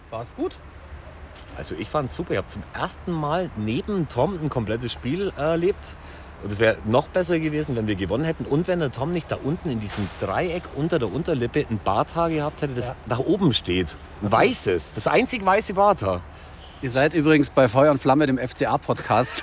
War es gut? Also ich fand es super. Ich habe zum ersten Mal neben Tom ein komplettes Spiel erlebt. Und es wäre noch besser gewesen, wenn wir gewonnen hätten. Und wenn der Tom nicht da unten in diesem Dreieck unter der Unterlippe ein Barthaar gehabt hätte, das nach oben steht. Ein weißes. Das einzig weiße Barthaar. Ihr seid übrigens bei Feuer und Flamme, dem FCA-Podcast.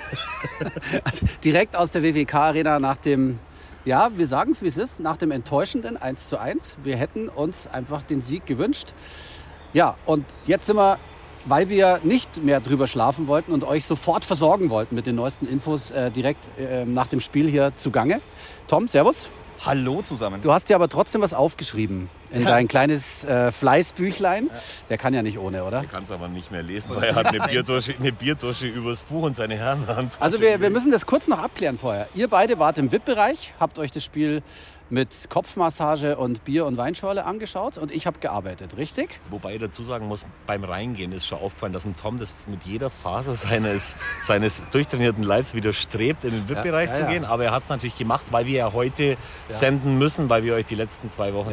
Direkt aus der WWK-Arena nach dem, ja, wir sagen es wie es ist, nach dem enttäuschenden 1:1. Wir hätten uns einfach den Sieg gewünscht. Ja, und jetzt sind wir, weil wir nicht mehr drüber schlafen wollten und euch sofort versorgen wollten mit den neuesten Infos, direkt nach dem Spiel hier zugange. Tom, servus. Hallo zusammen. Du hast dir aber trotzdem was aufgeschrieben in dein kleines Fleißbüchlein. Der kann ja nicht ohne, oder? Er kann es aber nicht mehr lesen, weil er hat eine Bierdosche übers Buch und seine Herrenhand. Also wir müssen das kurz noch abklären vorher. Ihr beide wart im VIP-Bereich, habt euch das Spiel mit Kopfmassage und Bier- und Weinschorle angeschaut und ich habe gearbeitet, richtig? Wobei ich dazu sagen muss, beim Reingehen ist schon aufgefallen, dass dem Tom das mit jeder Faser seines durchtrainierten Leibs widerstrebt, in den VIP-Bereich zu gehen. Aber er hat es natürlich gemacht, weil wir ja heute senden müssen, weil wir euch die letzten 2 Wochen,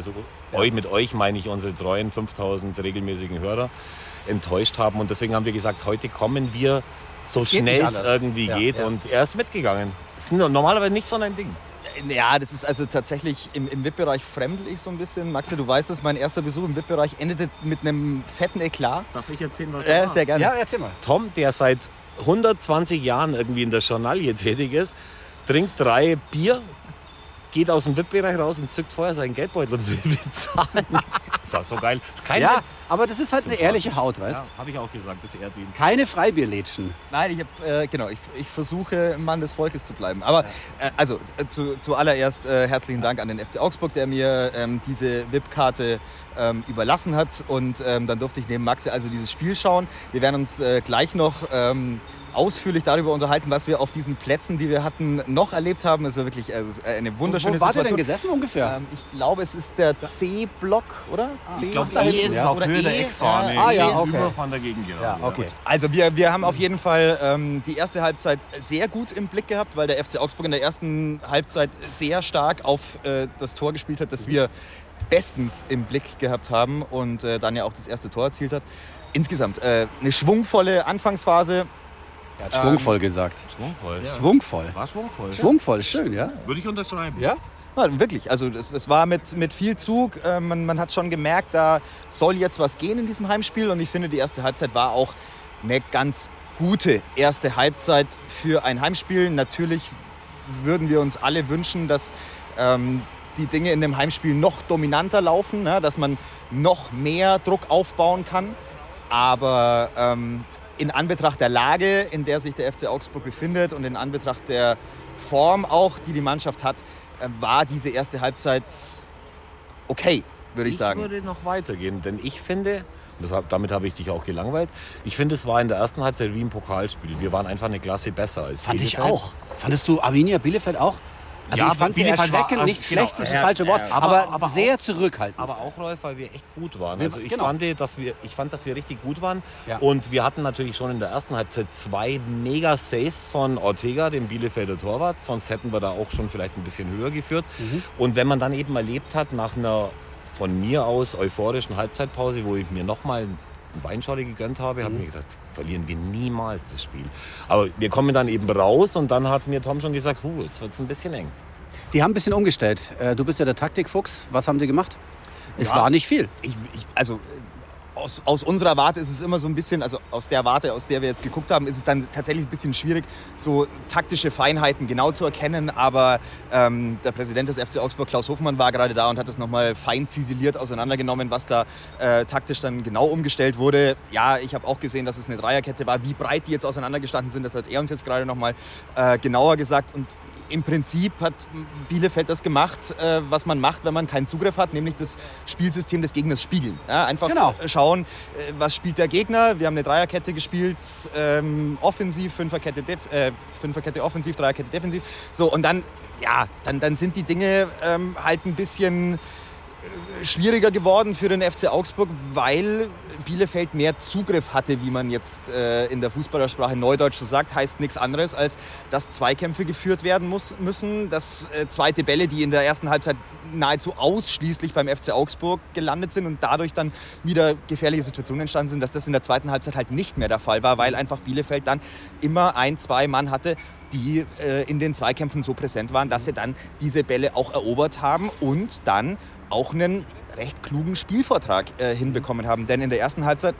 mit euch meine ich unsere treuen 5000 regelmäßigen Hörer, enttäuscht haben. Und deswegen haben wir gesagt, heute kommen wir so schnell es irgendwie geht. Und er ist mitgegangen. Das ist normalerweise nicht so ein Ding. Ja, das ist also tatsächlich im VIP-Bereich fremdel ich so ein bisschen. Maxi, du weißt es, mein erster Besuch im VIP-Bereich endete mit einem fetten Eklat. Darf ich erzählen, was das war? Sehr gerne. Ja, erzähl mal. Tom, der seit 120 Jahren irgendwie in der Journalie tätig ist, trinkt 3 Bier, geht aus dem VIP-Bereich raus und zückt vorher seinen Geldbeutel und will bezahlen. Das war so geil. Das ist kein Witz. Aber das ist halt eine ehrliche Haut, weißt du? Ja, habe ich auch gesagt, das ehrt ihn. Keine Freibierlädchen. Nein, ich versuche, Mann des Volkes zu bleiben. Aber zuallererst herzlichen Dank an den FC Augsburg, der mir diese VIP-Karte überlassen hat. Und dann durfte ich neben Maxi also dieses Spiel schauen. Wir werden uns gleich noch ausführlich darüber unterhalten, was wir auf diesen Plätzen, die wir hatten, noch erlebt haben. Es war wirklich eine wunderschöne Situation. Wo wart ihr denn gesessen ungefähr? Ich glaube, es ist der C-Block, oder? Ich glaube, E ist auf Höhe der Eckfahne. Überfahren dagegen gerade. Ja, okay. Also wir haben auf jeden Fall die erste Halbzeit sehr gut im Blick gehabt, weil der FC Augsburg in der ersten Halbzeit sehr stark auf das Tor gespielt hat, das wir bestens im Blick gehabt haben und dann ja auch das erste Tor erzielt hat. Insgesamt eine schwungvolle Anfangsphase. Er hat schwungvoll gesagt. Schwungvoll. Ja. Schwungvoll. War schwungvoll. Schwungvoll, schön, ja? Würde ich unterschreiben. Ja? Ja, wirklich, also es war mit viel Zug. Man hat schon gemerkt, da soll jetzt was gehen in diesem Heimspiel. Und ich finde, die erste Halbzeit war auch eine ganz gute erste Halbzeit für ein Heimspiel. Natürlich würden wir uns alle wünschen, dass die Dinge in dem Heimspiel noch dominanter laufen, ne? Dass man noch mehr Druck aufbauen kann. Aber in Anbetracht der Lage, in der sich der FC Augsburg befindet und in Anbetracht der Form auch, die Mannschaft hat, war diese erste Halbzeit okay, würde ich sagen. Ich würde noch weitergehen, denn ich finde, damit habe ich dich auch gelangweilt, ich finde, es war in der ersten Halbzeit wie ein Pokalspiel. Wir waren einfach eine Klasse besser als Bielefeld. Fand ich auch. Fandest du Arminia Bielefeld auch? Also ja, ich fand sie erschreckend, nicht schlecht, das ist das falsche Wort, aber sehr zurückhaltend. Aber auch, Rolf, weil wir echt gut waren. Also ich genau. fand, dass wir richtig gut waren. Ja. Und wir hatten natürlich schon in der ersten Halbzeit 2 Mega-Saves von Ortega, dem Bielefelder Torwart. Sonst hätten wir da auch schon vielleicht ein bisschen höher geführt. Und wenn man dann eben erlebt hat, nach einer von mir aus euphorischen Halbzeitpause, wo ich mir nochmal Weinschorle gegönnt habe, habe ich mir gedacht, verlieren wir niemals das Spiel. Aber wir kommen dann eben raus und dann hat mir Tom schon gesagt, jetzt wird es ein bisschen eng. Die haben ein bisschen umgestellt. Du bist ja der Taktikfuchs. Was haben die gemacht? Es war nicht viel. Aus unserer Warte ist es immer so ein bisschen, also aus der Warte, aus der wir jetzt geguckt haben, ist es dann tatsächlich ein bisschen schwierig, so taktische Feinheiten genau zu erkennen. Aber der Präsident des FC Augsburg, Klaus Hofmann, war gerade da und hat das nochmal fein ziseliert auseinandergenommen, was da taktisch dann genau umgestellt wurde. Ja, ich habe auch gesehen, dass es eine Dreierkette war. Wie breit die jetzt auseinandergestanden sind, das hat er uns jetzt gerade nochmal genauer gesagt. Und im Prinzip hat Bielefeld das gemacht, was man macht, wenn man keinen Zugriff hat, nämlich das Spielsystem des Gegners spiegeln. Ja, einfach schauen, was spielt der Gegner. Wir haben eine Dreierkette gespielt, offensiv, Fünferkette offensiv, Dreierkette defensiv. So, und dann sind die Dinge halt ein bisschen schwieriger geworden für den FC Augsburg, weil Bielefeld mehr Zugriff hatte, wie man jetzt in der Fußballersprache Neudeutsch so sagt. Heißt nichts anderes, als dass Zweikämpfe geführt werden müssen, dass zweite Bälle, die in der ersten Halbzeit nahezu ausschließlich beim FC Augsburg gelandet sind und dadurch dann wieder gefährliche Situationen entstanden sind, dass das in der zweiten Halbzeit halt nicht mehr der Fall war, weil einfach Bielefeld dann immer 1-2 Mann hatte, die in den Zweikämpfen so präsent waren, dass sie dann diese Bälle auch erobert haben und dann auch einen recht klugen Spielvortrag hinbekommen haben. Denn in der ersten Halbzeit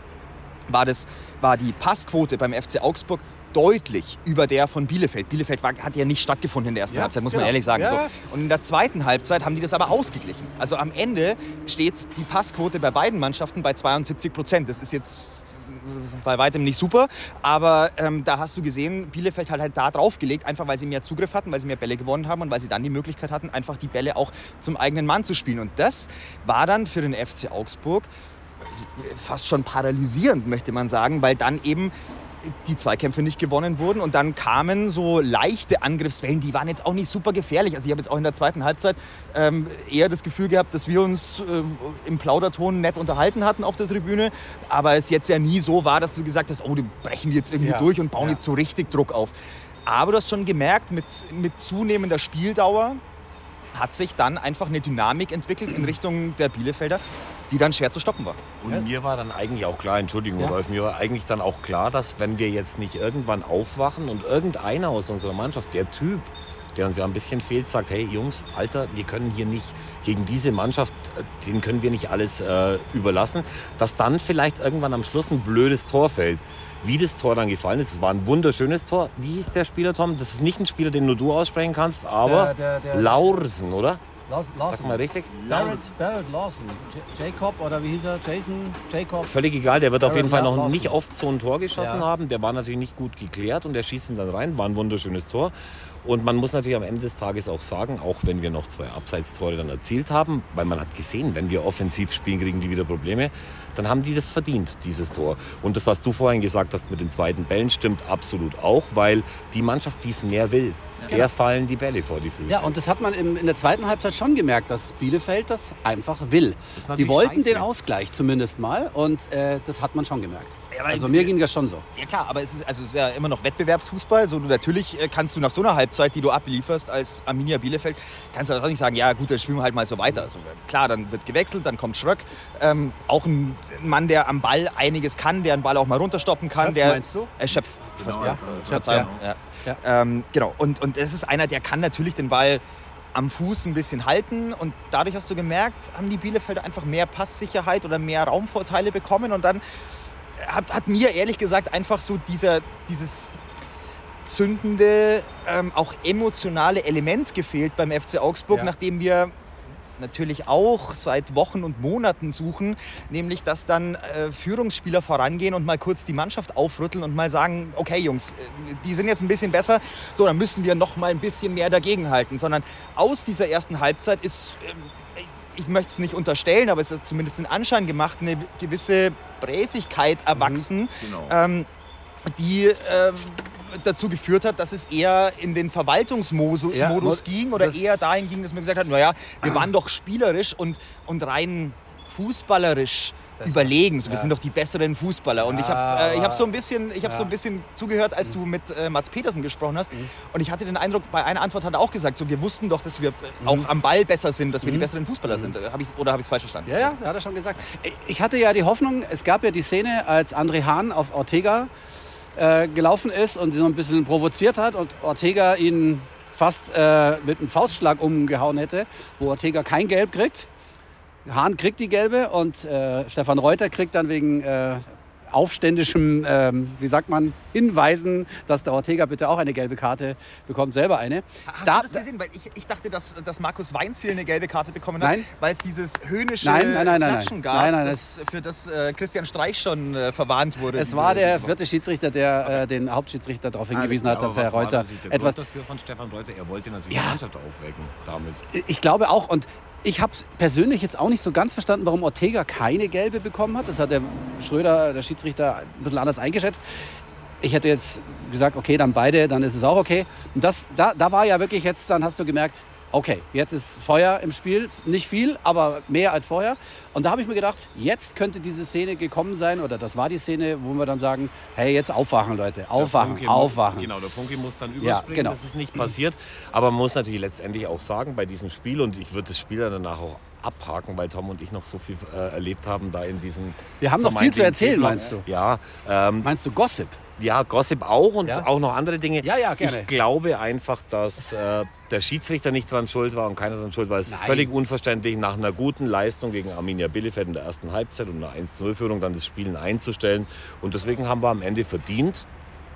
war die Passquote beim FC Augsburg deutlich über der von Bielefeld. Bielefeld hat ja nicht stattgefunden in der ersten Halbzeit, muss man ehrlich sagen. Ja. So. Und in der zweiten Halbzeit haben die das aber ausgeglichen. Also am Ende steht die Passquote bei beiden Mannschaften bei 72%. Das ist jetzt bei weitem nicht super, aber da hast du gesehen, Bielefeld hat halt da draufgelegt, einfach weil sie mehr Zugriff hatten, weil sie mehr Bälle gewonnen haben und weil sie dann die Möglichkeit hatten, einfach die Bälle auch zum eigenen Mann zu spielen. Und das war dann für den FC Augsburg fast schon paralysierend, möchte man sagen, weil dann eben die Zweikämpfe nicht gewonnen wurden und dann kamen so leichte Angriffswellen, die waren jetzt auch nicht super gefährlich. Also ich habe jetzt auch in der zweiten Halbzeit eher das Gefühl gehabt, dass wir uns im Plauderton nett unterhalten hatten auf der Tribüne, aber es jetzt ja nie so war, dass du gesagt hast, oh, die brechen jetzt irgendwie durch und bauen jetzt so richtig Druck auf. Aber du hast schon gemerkt, mit zunehmender Spieldauer hat sich dann einfach eine Dynamik entwickelt in Richtung der Bielefelder, die dann schwer zu stoppen war. Und mir war dann eigentlich auch klar, Entschuldigung, Rolf, mir war eigentlich dann auch klar, dass wenn wir jetzt nicht irgendwann aufwachen und irgendeiner aus unserer Mannschaft, der Typ, der uns ja ein bisschen fehlt, sagt, hey Jungs, Alter, wir können hier nicht gegen diese Mannschaft, denen können wir nicht alles überlassen, dass dann vielleicht irgendwann am Schluss ein blödes Tor fällt. Wie das Tor dann gefallen ist, es war ein wunderschönes Tor. Wie hieß der Spieler, Tom? Das ist nicht ein Spieler, den nur du aussprechen kannst, aber der Laursen, oder? Lawson. Sag mal richtig. Barrett Lawson. Jacob oder wie hieß er? Jason Jacob? Völlig egal, der wird auf jeden Fall noch nicht oft so ein Tor geschossen haben. Der war natürlich nicht gut geklärt und der schießt ihn dann rein. War ein wunderschönes Tor. Und man muss natürlich am Ende des Tages auch sagen, auch wenn wir noch 2 Abseitstore dann erzielt haben, weil man hat gesehen, wenn wir offensiv spielen, kriegen die wieder Probleme, dann haben die das verdient, dieses Tor. Und das, was du vorhin gesagt hast mit den zweiten Bällen, stimmt absolut auch, weil die Mannschaft, die es mehr will, der fallen die Bälle vor die Füße. Ja, und das hat man in der zweiten Halbzeit schon gemerkt, dass Bielefeld das einfach will. Die wollten den Ausgleich zumindest mal und das hat man schon gemerkt. Ja, also mir ging das schon so. Ja klar, aber es ist ja immer noch Wettbewerbsfußball. So, natürlich kannst du nach so einer Halbzeit, die du ablieferst als Arminia Bielefeld, kannst du auch nicht sagen, ja gut, dann spielen wir halt mal so weiter. Also, klar, dann wird gewechselt, dann kommt Schröck. Auch ein Mann, der am Ball einiges kann, der den Ball auch mal runterstoppen kann. Schöpf, meinst du? Schöpf. Genau, ja. Verzeihung. Ja. Genau, und es ist einer, der kann natürlich den Ball am Fuß ein bisschen halten und dadurch hast du gemerkt, haben die Bielefelder einfach mehr Passsicherheit oder mehr Raumvorteile bekommen und dann hat mir ehrlich gesagt einfach so dieses zündende, auch emotionale Element gefehlt beim FC Augsburg, nachdem wir natürlich auch seit Wochen und Monaten suchen, nämlich dass dann Führungsspieler vorangehen und mal kurz die Mannschaft aufrütteln und mal sagen, okay Jungs, die sind jetzt ein bisschen besser, so dann müssen wir noch mal ein bisschen mehr dagegenhalten, sondern aus dieser ersten Halbzeit ist, ich möchte es nicht unterstellen, aber es hat zumindest den Anschein gemacht, eine gewisse Bräsigkeit erwachsen, die dazu geführt hat, dass es eher in den Verwaltungsmodus ging oder eher dahin ging, dass man gesagt hat, naja, wir waren doch spielerisch und rein fußballerisch überlegen. So, wir sind doch die besseren Fußballer. Und ich hab so ein bisschen zugehört, als du mit Mats Petersen gesprochen hast. Und ich hatte den Eindruck, bei einer Antwort hat er auch gesagt, so, wir wussten doch, dass wir auch am Ball besser sind, dass wir die besseren Fußballer sind. Habe ich es falsch verstanden? Ja, hat er schon gesagt. Ich hatte ja die Hoffnung, es gab ja die Szene, als André Hahn auf Ortega gelaufen ist und so ein bisschen provoziert hat und Ortega ihn fast mit einem Faustschlag umgehauen hätte, wo Ortega kein Gelb kriegt. Hahn kriegt die gelbe und Stefan Reuter kriegt dann wegen aufständischem, Hinweisen, dass der Ortega bitte auch eine gelbe Karte bekommt, selber eine. Hast du das gesehen? Weil ich dachte, dass Markus Weinzierl eine gelbe Karte bekommen hat, weil es dieses höhnische Klatschen gab, für das Christian Streich schon verwarnt wurde. Es war der vierte Schiedsrichter, der den Hauptschiedsrichter darauf hingewiesen hat, dass Herr Reuter etwas dafür von Stefan Reuter, er wollte natürlich die Mannschaft aufwecken damit. Ich glaube auch, und ich habe persönlich jetzt auch nicht so ganz verstanden, warum Ortega keine gelbe bekommen hat. Das hat der Schröder, der Schiedsrichter, ein bisschen anders eingeschätzt. Ich hätte jetzt gesagt, okay, dann beide, dann ist es auch okay. Und da war ja wirklich jetzt, dann hast du gemerkt, okay, jetzt ist Feuer im Spiel, nicht viel, aber mehr als vorher. Und da habe ich mir gedacht, jetzt könnte diese Szene gekommen sein, oder das war die Szene, wo wir dann sagen, hey, jetzt aufwachen, Leute, aufwachen. Genau, der Funke muss dann überspringen, das ist nicht passiert. Aber man muss natürlich letztendlich auch sagen, bei diesem Spiel, und ich würde das Spiel dann danach auch abhaken, weil Tom und ich noch so viel erlebt haben da in diesem... Wir haben noch viel zu erzählen, meinst du? Ja. Meinst du Gossip? Ja, Gossip auch und auch noch andere Dinge. Ja, gerne. Ich glaube einfach, dass der Schiedsrichter nicht dran schuld war und keiner dran schuld war. Es ist völlig unverständlich, nach einer guten Leistung gegen Arminia Bielefeld in der ersten Halbzeit und einer 1-0-Führung dann das Spielen einzustellen. Und deswegen haben wir am Ende verdient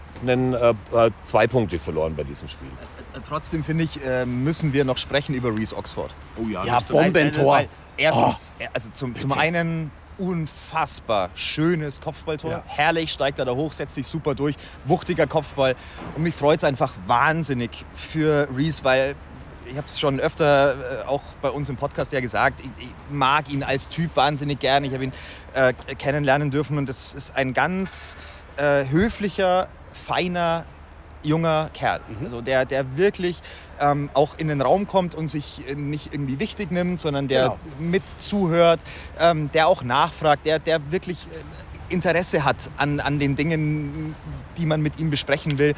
2 Punkte verloren bei diesem Spiel. Trotzdem finde ich, müssen wir noch sprechen über Reece Oxford. Oh ja, ja, Bombentor. Erstens, also zum einen unfassbar schönes Kopfballtor. Ja. Herrlich, steigt er da hoch, setzt sich super durch. Wuchtiger Kopfball. Und mich freut es einfach wahnsinnig für Reece, weil ich habe es schon öfter auch bei uns im Podcast ja gesagt, ich mag ihn als Typ wahnsinnig gern. Ich habe ihn kennenlernen dürfen und das ist ein ganz höflicher, feiner, junger Kerl. Also der wirklich auch in den Raum kommt und sich nicht irgendwie wichtig nimmt, sondern der mit zuhört, der auch nachfragt, der wirklich Interesse hat an den Dingen, die man mit ihm besprechen will.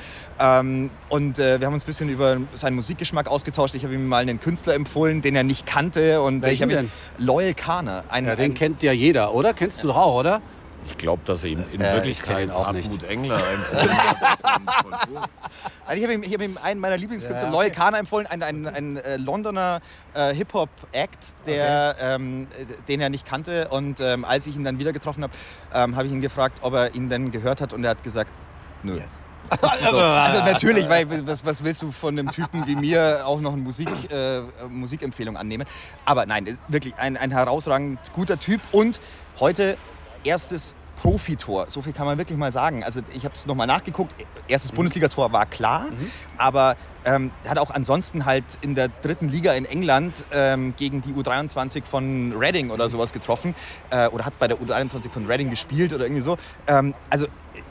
Und wir haben uns ein bisschen über seinen Musikgeschmack ausgetauscht. Ich habe ihm mal einen Künstler empfohlen, den er nicht kannte. Und Welchen ich habe denn? Loyal Kana. Den kennt ja jeder, oder? Kennst du doch auch, oder? Ich glaube, dass er ihm in Wirklichkeit auch nicht. Hartmut Engler empfohlen hat. Also ich habe ihm einen meiner Lieblingskünstler, Ja, Loyal Kana, empfohlen, ein Londoner Hip-Hop-Act, den er nicht kannte. Und als ich ihn dann wieder getroffen habe, habe ich ihn gefragt, ob er ihn denn gehört hat. Und er hat gesagt, nö. Yes. So, also natürlich, weil was willst du von einem Typen wie mir auch noch eine Musikempfehlung annehmen? Aber nein, ist wirklich ein herausragend guter Typ und heute erstes Profitor. So viel kann man wirklich mal sagen. Also ich habe es nochmal nachgeguckt. Erstes Bundesligator war klar, aber er hat auch ansonsten halt in der 3. Liga in England gegen die U23 von Reading oder sowas getroffen oder hat bei der U23 von Reading gespielt oder irgendwie so. Also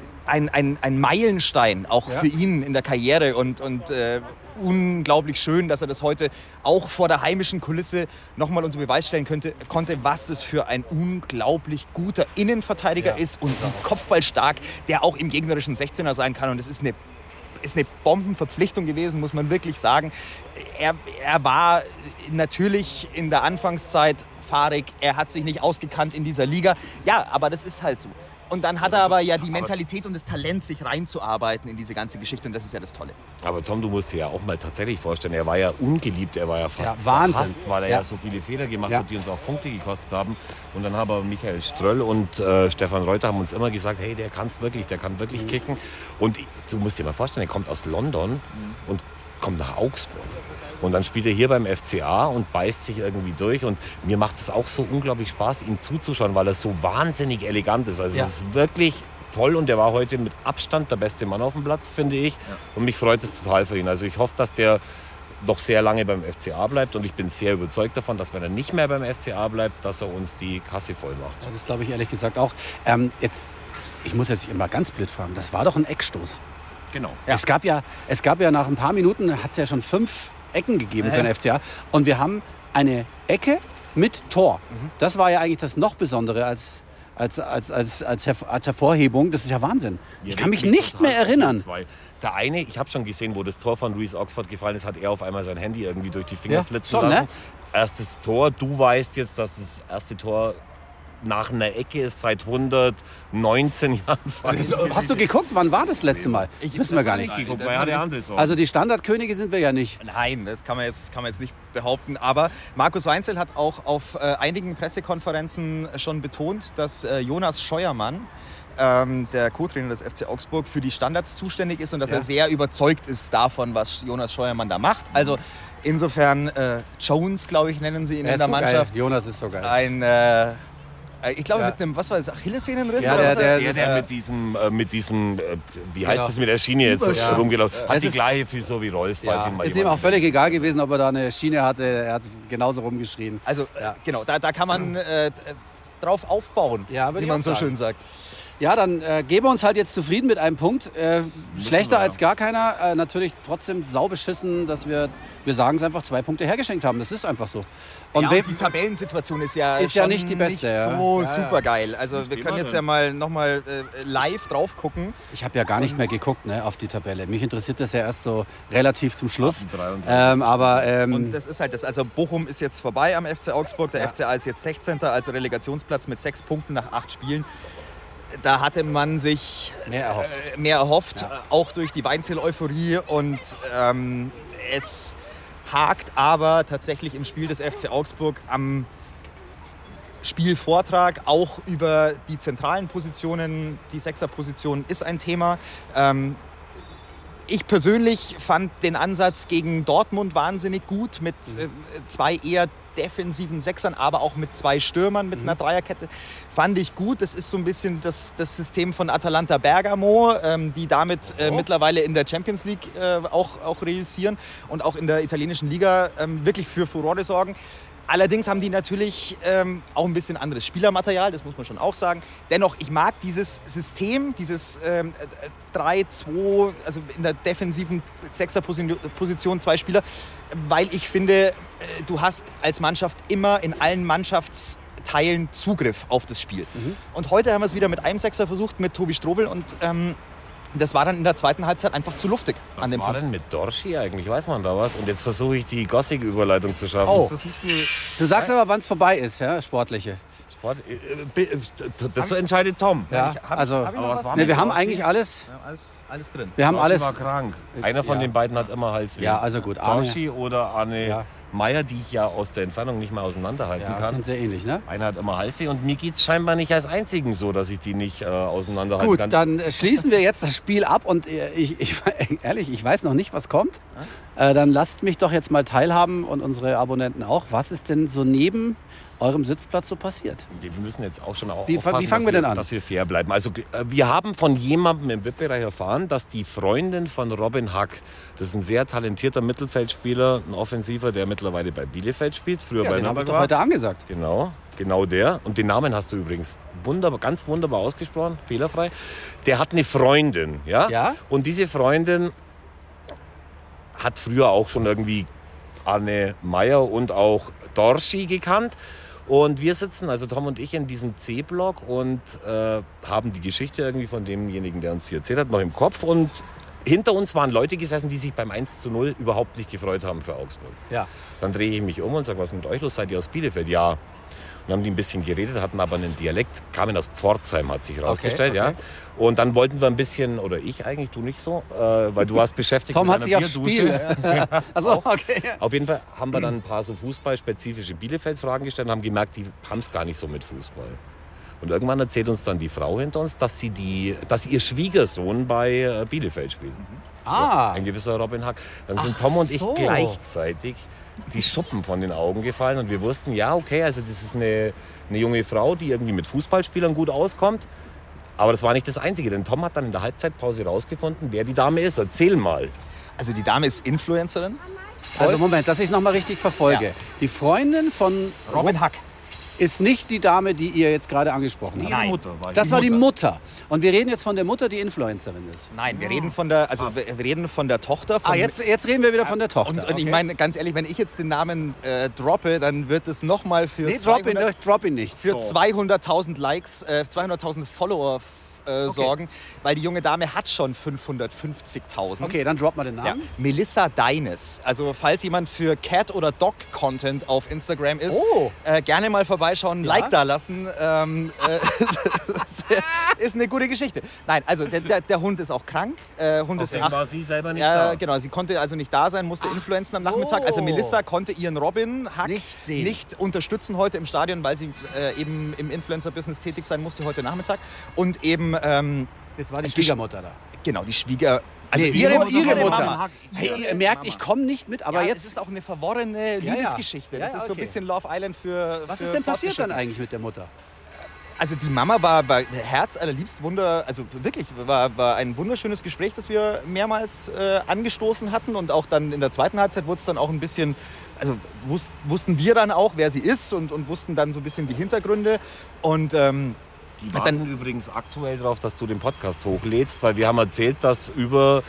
ein Meilenstein auch für ihn in der Karriere und unglaublich schön, dass er das heute auch vor der heimischen Kulisse nochmal unter Beweis stellen konnte, was das für ein unglaublich guter Innenverteidiger ist und wie kopfballstark der auch im gegnerischen 16er sein kann. Und das ist eine Bombenverpflichtung gewesen, muss man wirklich sagen. Er war natürlich in der Anfangszeit fahrig, er hat sich nicht ausgekannt in dieser Liga. Ja, aber das ist halt so. Und dann hat er aber ja die Mentalität und das Talent, sich reinzuarbeiten in diese ganze Geschichte. Und das ist ja das Tolle. Aber Tom, du musst dir ja auch mal tatsächlich vorstellen, er war ja ungeliebt, er war ja fast Wahnsinn, verhasst, weil er ja so viele Fehler gemacht hat, die uns auch Punkte gekostet haben. Und dann haben aber Michael Ströll und Stefan Reuter haben uns immer gesagt, hey, der kann wirklich kicken. Und du musst dir mal vorstellen, er kommt aus London und kommt nach Augsburg. Und dann spielt er hier beim FCA und beißt sich irgendwie durch. Und mir macht es auch so unglaublich Spaß, ihm zuzuschauen, weil er so wahnsinnig elegant ist. Also es ist wirklich toll und der war heute mit Abstand der beste Mann auf dem Platz, finde ich. Ja. Und mich freut es total für ihn. Also ich hoffe, dass der noch sehr lange beim FCA bleibt. Und ich bin sehr überzeugt davon, dass wenn er nicht mehr beim FCA bleibt, dass er uns die Kasse voll macht. Ja, das glaube ich ehrlich gesagt auch. Ich muss jetzt immer ganz blöd fragen, das war doch ein Eckstoß. Genau. Ja. Es gab ja nach ein paar Minuten, hat es ja schon 5 Ecken gegeben für den FCA. Und wir haben eine Ecke mit Tor. Das war ja eigentlich das noch Besondere als Hervorhebung. Das ist ja Wahnsinn. Ich kann mich nicht mehr erinnern. Der eine, ich habe schon gesehen, wo das Tor von Reece Oxford gefallen ist, hat er auf einmal sein Handy irgendwie durch die Finger flitzen lassen. Ne? Erstes Tor. Du weißt jetzt, dass das erste Tor nach einer Ecke ist seit 119 Jahren. Hast du geguckt, wann war das letzte Mal? Ich wissen wir gar nicht. Geguckt, weil der andere so. Also die Standardkönige sind wir ja nicht. Nein, das kann man jetzt nicht behaupten. Aber Markus Weinzierl hat auch auf einigen Pressekonferenzen schon betont, dass Jonas Scheuermann, der Co-Trainer des FC Augsburg, für die Standards zuständig ist und dass er sehr überzeugt ist davon, was Jonas Scheuermann da macht. Also insofern Jones, glaube ich, nennen sie ihn in der Mannschaft. Geil. Jonas ist so geil. Ich glaube, mit einem, was war das, Achillessehnenriss? Ja, der mit diesem, wie heißt das mit der Schiene jetzt rumgelaufen, hat die gleiche Frisur wie Rolf. Ist ihm auch völlig egal gewesen, ob er da eine Schiene hatte. Er hat genauso rumgeschrien. Also genau, da kann man drauf aufbauen, wie man so schön sagt. Ja, dann geben wir uns halt jetzt zufrieden mit einem Punkt. Schlechter als gar keiner. Natürlich trotzdem saubeschissen, dass wir sagen es einfach, 2 Punkte hergeschenkt haben. Das ist einfach so. Und und die Tabellensituation ist ja nicht die beste. Nicht so super geil. Also wir können jetzt ja mal nochmal live drauf gucken. Ich habe ja gar nicht mehr geguckt, ne, auf die Tabelle. Mich interessiert das ja erst so relativ zum Schluss. Und das ist halt das. Also Bochum ist jetzt vorbei am FC Augsburg. Der FCA ist jetzt 16. also Relegationsplatz mit 6 Punkten nach 8 Spielen. Da hatte man sich mehr erhofft, auch durch die Weinzel-Euphorie. Und es hakt aber tatsächlich im Spiel des FC Augsburg am Spielvortrag. Auch über die zentralen Positionen, die Sechserposition ist ein Thema. Ich persönlich fand den Ansatz gegen Dortmund wahnsinnig gut mit 2 eher defensiven Sechsern, aber auch mit 2 Stürmern, mit einer Dreierkette. Fand ich gut. Das ist so ein bisschen das System von Atalanta Bergamo, die damit mittlerweile in der Champions League auch reüssieren und auch in der italienischen Liga wirklich für Furore sorgen. Allerdings haben die natürlich auch ein bisschen anderes Spielermaterial, das muss man schon auch sagen. Dennoch, ich mag dieses System, dieses 3-2, also in der defensiven Sechserposition 2 Spieler, weil ich finde, du hast als Mannschaft immer in allen Mannschaftsteilen Zugriff auf das Spiel. Und heute haben wir es wieder mit einem Sechser versucht, mit Tobi Strobel, und das war dann in der zweiten Halbzeit einfach zu luftig. Was war denn mit Dorschi eigentlich? Weiß man da was? Und jetzt versuche ich die Gossig-Überleitung zu schaffen. Oh. Du sagst aber, wann es vorbei ist, ja, sportliche. Das entscheidet Tom. Ja, wir haben eigentlich alles. Alles drin. Wir haben alles. War krank. Einer von den beiden hat immer Halsweh. Ja, also gut. Dorschi oder Arne Meyer, die ich ja aus der Entfernung nicht mehr auseinanderhalten kann. Ja, sind sehr ähnlich, ne? Einer hat immer Halsweh und mir geht es scheinbar nicht als Einzigen so, dass ich die nicht auseinanderhalten kann. Gut, dann schließen wir jetzt das Spiel ab und ich weiß noch nicht, was kommt. Dann lasst mich doch jetzt mal teilhaben und unsere Abonnenten auch. Was ist denn so neben eurem Sitzplatz so passiert? Wir müssen jetzt auch schon Wie fangen wir denn an? Dass wir fair bleiben. Also wir haben von jemandem im VIP-Bereich erfahren, dass die Freundin von Robin Hack, das ist ein sehr talentierter Mittelfeldspieler, ein Offensiver, der mittlerweile bei Bielefeld spielt, früher bei Nürnberg war. Heute angesagt. Genau der. Und den Namen hast du übrigens ganz wunderbar ausgesprochen, fehlerfrei. Der hat eine Freundin, ja? Und diese Freundin hat früher auch schon irgendwie Arne Meyer und auch Dorschi gekannt. Und wir sitzen, also Tom und ich, in diesem C-Block und haben die Geschichte irgendwie von demjenigen, der uns hier erzählt hat, noch im Kopf. Und hinter uns waren Leute gesessen, die sich beim 1:0 überhaupt nicht gefreut haben für Augsburg. Ja. Dann drehe ich mich um und sage, was ist mit euch los? Seid ihr aus Bielefeld? Ja. Und haben die ein bisschen geredet, hatten aber einen Dialekt, kamen aus Pforzheim, hat sich rausgestellt. Okay. Ja. Und dann wollten wir ein bisschen, oder ich eigentlich, du nicht so, weil du warst beschäftigt Tom mit hat sich aufs Spiel. Also, okay. Auf jeden Fall haben wir dann ein paar so fußballspezifische Bielefeld-Fragen gestellt und haben gemerkt, die haben es gar nicht so mit Fußball. Und irgendwann erzählt uns dann die Frau hinter uns, dass ihr Schwiegersohn bei Bielefeld spielt. Ah. Ein gewisser Robin Hack. Dann sind Tom und ich gleichzeitig die Schuppen von den Augen gefallen und wir wussten, ja, okay, also das ist eine junge Frau, die irgendwie mit Fußballspielern gut auskommt. Aber das war nicht das Einzige, denn Tom hat dann in der Halbzeitpause rausgefunden, wer die Dame ist. Erzähl mal. Also die Dame ist Influencerin. Also Moment, dass ich es nochmal richtig verfolge. Ja. Die Freundin von Robin Hack ist nicht die Dame, die ihr jetzt gerade angesprochen habt. Nein, Mutter das war die Mutter. Und wir reden jetzt von der Mutter, die Influencerin ist. Nein, wir reden von der Tochter. Jetzt reden wir wieder von der Tochter. Und ich meine, ganz ehrlich, wenn ich jetzt den Namen droppe, dann wird es nochmal für drop ihn nicht. Für 200.000 Likes, 200.000 Follower sorgen, weil die junge Dame hat schon 550.000. Okay, dann drop mal den Namen. Ja. Melissa Deines. Also falls jemand für Cat- oder Dog-Content auf Instagram ist, gerne mal vorbeischauen, Like da lassen. Ist eine gute Geschichte. Nein, also der Hund ist auch krank. Hund ist 8. War sie selber nicht da? Genau, sie konnte also nicht da sein, musste influenzen am Nachmittag. Also Melissa konnte ihren Robin Hack nicht unterstützen heute im Stadion, weil sie eben im Influencer-Business tätig sein musste heute Nachmittag. Und eben jetzt war die Schwiegermutter da. Genau, die Schwieger... Also ihre Mutter. Hey, ihr merkt, ich komme nicht mit, aber jetzt... Es ist auch eine verworrene Liebesgeschichte. Das ist so ein bisschen Love Island für... Was ist denn passiert dann eigentlich mit der Mutter? Also die Mama war herzallerliebst also wirklich, war ein wunderschönes Gespräch, das wir mehrmals angestoßen hatten. Und auch dann in der zweiten Halbzeit wurde es dann auch ein bisschen... Also wussten wir dann auch, wer sie ist und wussten dann so ein bisschen die Hintergründe. Und Die warten übrigens aktuell darauf, dass du den Podcast hochlädst, weil wir haben erzählt, dass über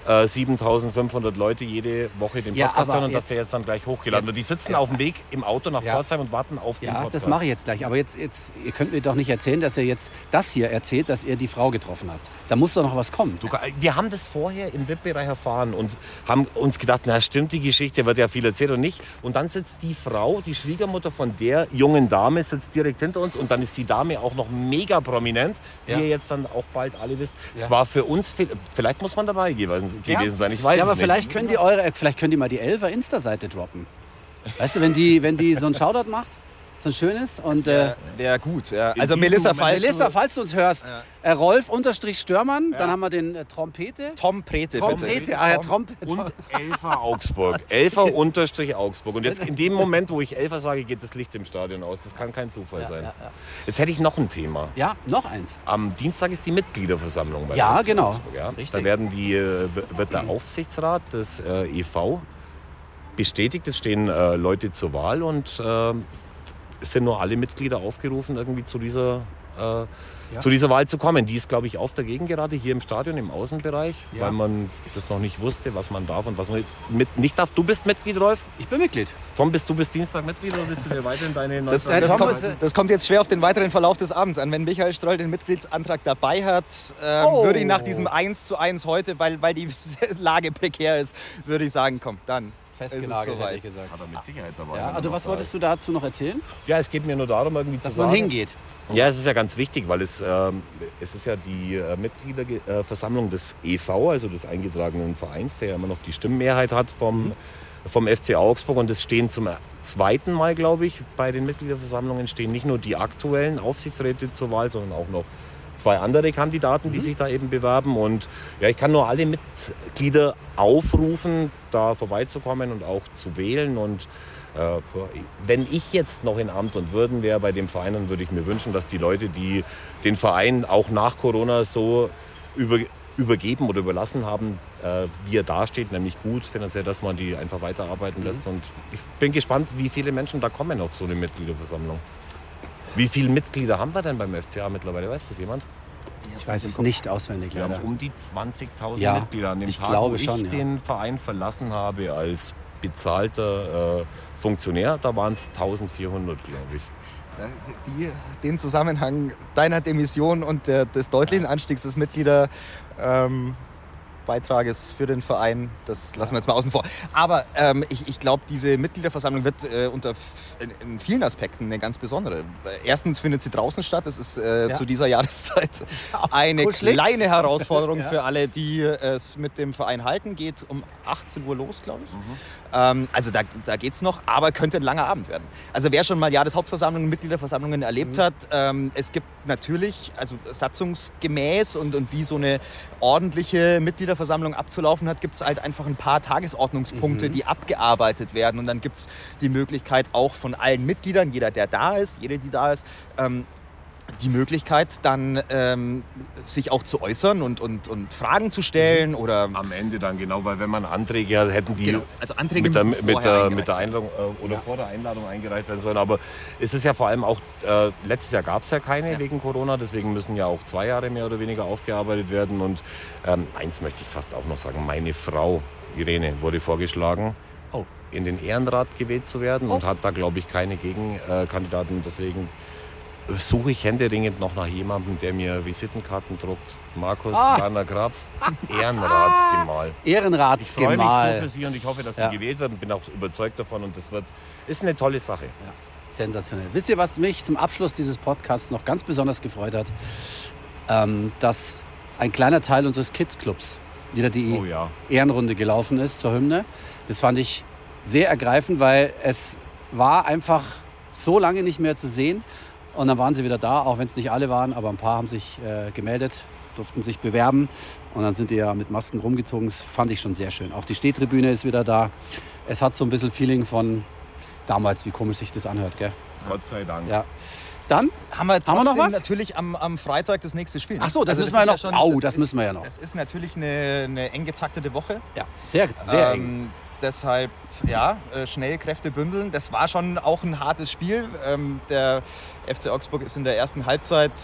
7.500 Leute jede Woche den Podcast hören und dass der jetzt dann gleich hochgeladen wird. Die sitzen auf dem Weg im Auto nach Pforzheim und warten auf den Podcast. Ja, das mache ich jetzt gleich. Aber jetzt, ihr könnt mir doch nicht erzählen, dass ihr jetzt das hier erzählt, dass ihr die Frau getroffen habt. Da muss doch noch was kommen. Wir haben das vorher im VIP-Bereich erfahren und haben uns gedacht, na stimmt, die Geschichte wird ja viel erzählt und nicht. Und dann sitzt die Frau, die Schwiegermutter von der jungen Dame, sitzt direkt hinter uns und dann ist die Dame auch noch mega prominent, wie ihr jetzt dann auch bald alle wisst. Es war für uns, vielleicht muss man dabei gewesen sein, ich weiß es aber nicht. vielleicht könnt ihr mal die Elfer Insta-Seite droppen. Weißt du, wenn die so einen Shoutout macht, so ein schönes. Und wäre gut. Ja. Also Melissa, falls du uns hörst, Rolf-Störmann, dann haben wir den Trompete. Tom Prete, bitte. Und Elfer Augsburg. Elfer-Augsburg. Und jetzt in dem Moment, wo ich Elfer sage, geht das Licht im Stadion aus. Das kann kein Zufall sein. Ja. Jetzt hätte ich noch ein Thema. Ja, noch eins. Am Dienstag ist die Mitgliederversammlung bei der genau. Augsburg, ja? Da wird der Aufsichtsrat des e.V. bestätigt. Es stehen Leute zur Wahl und es sind nur alle Mitglieder aufgerufen, irgendwie zu dieser Wahl zu kommen. Die ist, glaube ich, auf der Gegend gerade hier im Stadion, im Außenbereich, weil man das noch nicht wusste, was man darf und was man nicht darf. Du bist Mitglied, Rolf? Ich bin Mitglied. Tom, du bist Dienstag Mitglied oder bist du dir weiterhin deine das kommt jetzt schwer auf den weiteren Verlauf des Abends an. Wenn Michael Stroll den Mitgliedsantrag dabei hat, würde ich nach diesem 1:1 heute, weil die Lage prekär ist, würde ich sagen, komm, dann. Festgelagert, hätte ich gesagt. Hat er mit Sicherheit dabei. Ja, also was wolltest du dazu noch erzählen? Ja, es geht mir nur darum, irgendwie dass man hingeht. Ja, es ist ja ganz wichtig, weil es ist ja die Mitgliederversammlung des e.V., also des eingetragenen Vereins, der ja immer noch die Stimmenmehrheit hat vom FC Augsburg. Und es stehen zum zweiten Mal, glaube ich, bei den Mitgliederversammlungen stehen nicht nur die aktuellen Aufsichtsräte zur Wahl, sondern auch noch 2 andere Kandidaten, die sich da eben bewerben. Und ja, ich kann nur alle Mitglieder aufrufen, da vorbeizukommen und auch zu wählen. Und wenn ich jetzt noch in Amt und Würden wäre bei dem Verein, dann würde ich mir wünschen, dass die Leute, die den Verein auch nach Corona so übergeben oder überlassen haben, wie er dasteht, nämlich gut finanziell, dass man die einfach weiterarbeiten lässt. Und ich bin gespannt, wie viele Menschen da kommen auf so eine Mitgliederversammlung. Wie viele Mitglieder haben wir denn beim FCA mittlerweile? Weiß das jemand? Ich weiß es nicht auswendig, leider. Wir haben um die 20.000 Mitglieder. An dem Tag, wo ich den Verein verlassen habe als bezahlter Funktionär, da waren es 1.400, glaube ich. Den Zusammenhang deiner Demission und des deutlichen Anstiegs des Mitgliederbeitrages für den Verein, das lassen wir jetzt mal außen vor. Aber ich glaube, diese Mitgliederversammlung wird in vielen Aspekten eine ganz besondere. Erstens findet sie draußen statt. Das ist zu dieser Jahreszeit eine kleine Herausforderung für alle, die es mit dem Verein halten. Geht um 18 Uhr los, glaube ich. Also da geht es noch, aber könnte ein langer Abend werden. Also wer schon mal Jahreshauptversammlungen, Mitgliederversammlungen erlebt hat, es gibt natürlich, also satzungsgemäß und wie so eine ordentliche Mitgliederversammlung abzulaufen hat, gibt es halt einfach ein paar Tagesordnungspunkte, die abgearbeitet werden. Und dann gibt es die Möglichkeit auch von allen Mitgliedern, jeder, der da ist, jede, die da ist, die Möglichkeit dann sich auch zu äußern und Fragen zu stellen oder am Ende dann genau, weil wenn man Anträge hätten, die also Anträge mit der Einladung oder vor der Einladung eingereicht werden sollen, aber es ist ja vor allem auch letztes Jahr gab es ja keine wegen Corona, deswegen müssen ja auch 2 Jahre mehr oder weniger aufgearbeitet werden und eins möchte ich fast auch noch sagen, meine Frau Irene wurde vorgeschlagen, in den Ehrenrat gewählt zu werden und hat da glaube ich keine Gegenkandidaten, deswegen suche ich händeringend noch nach jemandem, der mir Visitenkarten druckt. Markus Werner Graf, Ehrenratsgemahl. Ehrenratsgemahl. Ich freue mich so für Sie und ich hoffe, dass Sie gewählt werden. Bin auch überzeugt davon und das ist eine tolle Sache. Ja, sensationell. Wisst ihr, was mich zum Abschluss dieses Podcasts noch ganz besonders gefreut hat? Dass ein kleiner Teil unseres Kids-Clubs wieder die Ehrenrunde gelaufen ist zur Hymne. Das fand ich sehr ergreifend, weil es war einfach so lange nicht mehr zu sehen. Und dann waren sie wieder da, auch wenn es nicht alle waren, aber ein paar haben sich gemeldet, durften sich bewerben. Und dann sind die ja mit Masken rumgezogen. Das fand ich schon sehr schön. Auch die Stehtribüne ist wieder da. Es hat so ein bisschen Feeling von damals, wie komisch sich das anhört, gell? Gott sei Dank. Ja. Dann haben wir noch was? Natürlich am Freitag das nächste Spiel. Ach so, das müssen wir ja noch. Das müssen wir ja noch. Das ist natürlich eine eng getaktete Woche. Ja, sehr eng. deshalb schnell Kräfte bündeln. Das war schon auch ein hartes Spiel. Der FC Augsburg ist in der ersten Halbzeit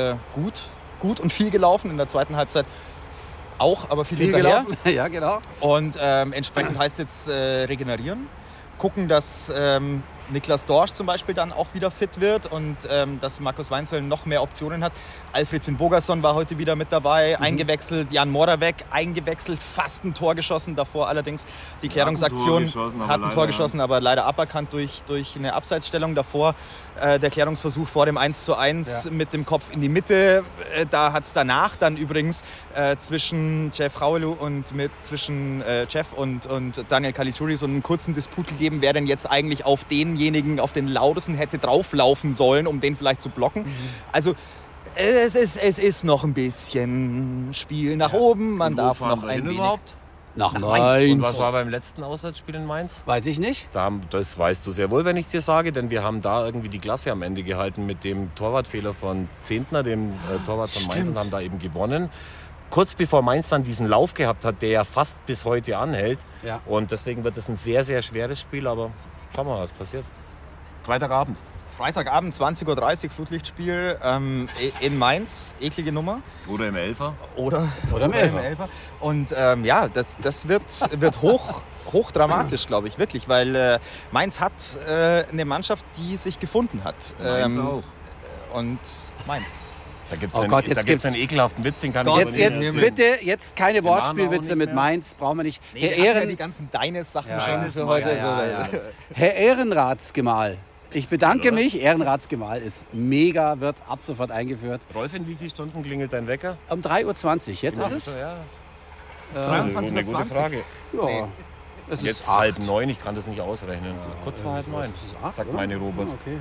gut und viel gelaufen. In der zweiten Halbzeit auch, aber viel hinterher. Gelaufen. Ja, genau. Und entsprechend heißt jetzt regenerieren. Gucken, dass Niklas Dorsch zum Beispiel dann auch wieder fit wird und dass Markus Weinzierl noch mehr Optionen hat. Alfred Finn Bogerson war heute wieder mit dabei, eingewechselt. Jan Moravec eingewechselt, fast ein Tor geschossen. Davor allerdings die Klärungsaktion hat ein Tor geschossen, aber leider aberkannt durch eine Abseitsstellung. Davor der Klärungsversuch vor dem 1:1 mit dem Kopf in die Mitte. Da hat es danach dann übrigens zwischen Jeff Raulu und zwischen Jeff und Daniel Caligiuri so einen kurzen Disput gegeben, wer denn jetzt eigentlich auf den Laudessen hätte drauflaufen sollen, um den vielleicht zu blocken. Also es ist noch ein bisschen Spiel nach oben. Man darf noch ein wenig... Überhaupt? Nach Mainz. Und was war beim letzten Auswärtsspiel in Mainz? Weiß ich nicht. Das weißt du sehr wohl, wenn ich es dir sage, denn wir haben da irgendwie die Klasse am Ende gehalten mit dem Torwartfehler von Zehntner, dem Torwart von Mainz, und haben da eben gewonnen. Kurz bevor Mainz dann diesen Lauf gehabt hat, der ja fast bis heute anhält. Ja. Und deswegen wird es ein sehr, sehr schweres Spiel, aber schauen wir mal, was passiert. Freitagabend, 20:30 Uhr, Flutlichtspiel in Mainz, eklige Nummer. Oder im Elfer. Oder im Elfer. Und das wird hochdramatisch, glaube ich, wirklich, weil Mainz hat eine Mannschaft, die sich gefunden hat. Mainz auch. Und Mainz. Da gibt es einen ekelhaften Witz, den kann ich jetzt bitte, jetzt keine Wortspielwitze mit Mainz, brauchen wir nicht. Herr die ganzen Deines-Sachen schon für heute. Herr Ehrenratsgemahl, ich bedanke mich. Ehrenratsgemahl ist mega, wird ab sofort eingeführt. Rolf, in wie viele Stunden klingelt dein Wecker? Um 3:20 Uhr. Jetzt ist es? Ja. 23:20 Eine gute Frage. Ja. Nee. Es jetzt ist 8:30, ich kann das nicht ausrechnen. Kurz vor 8:30, sagt oder? meine Robert. Okay.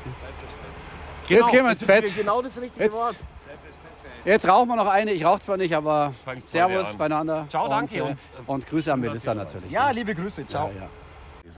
Genau, jetzt gehen wir ins Bett. Genau das richtige Wort. Jetzt rauchen wir noch eine. Ich rauche zwar nicht, aber Servus beieinander. Ciao, danke. Und Grüße an Melissa natürlich. Ja, liebe Grüße. Ciao. Ja.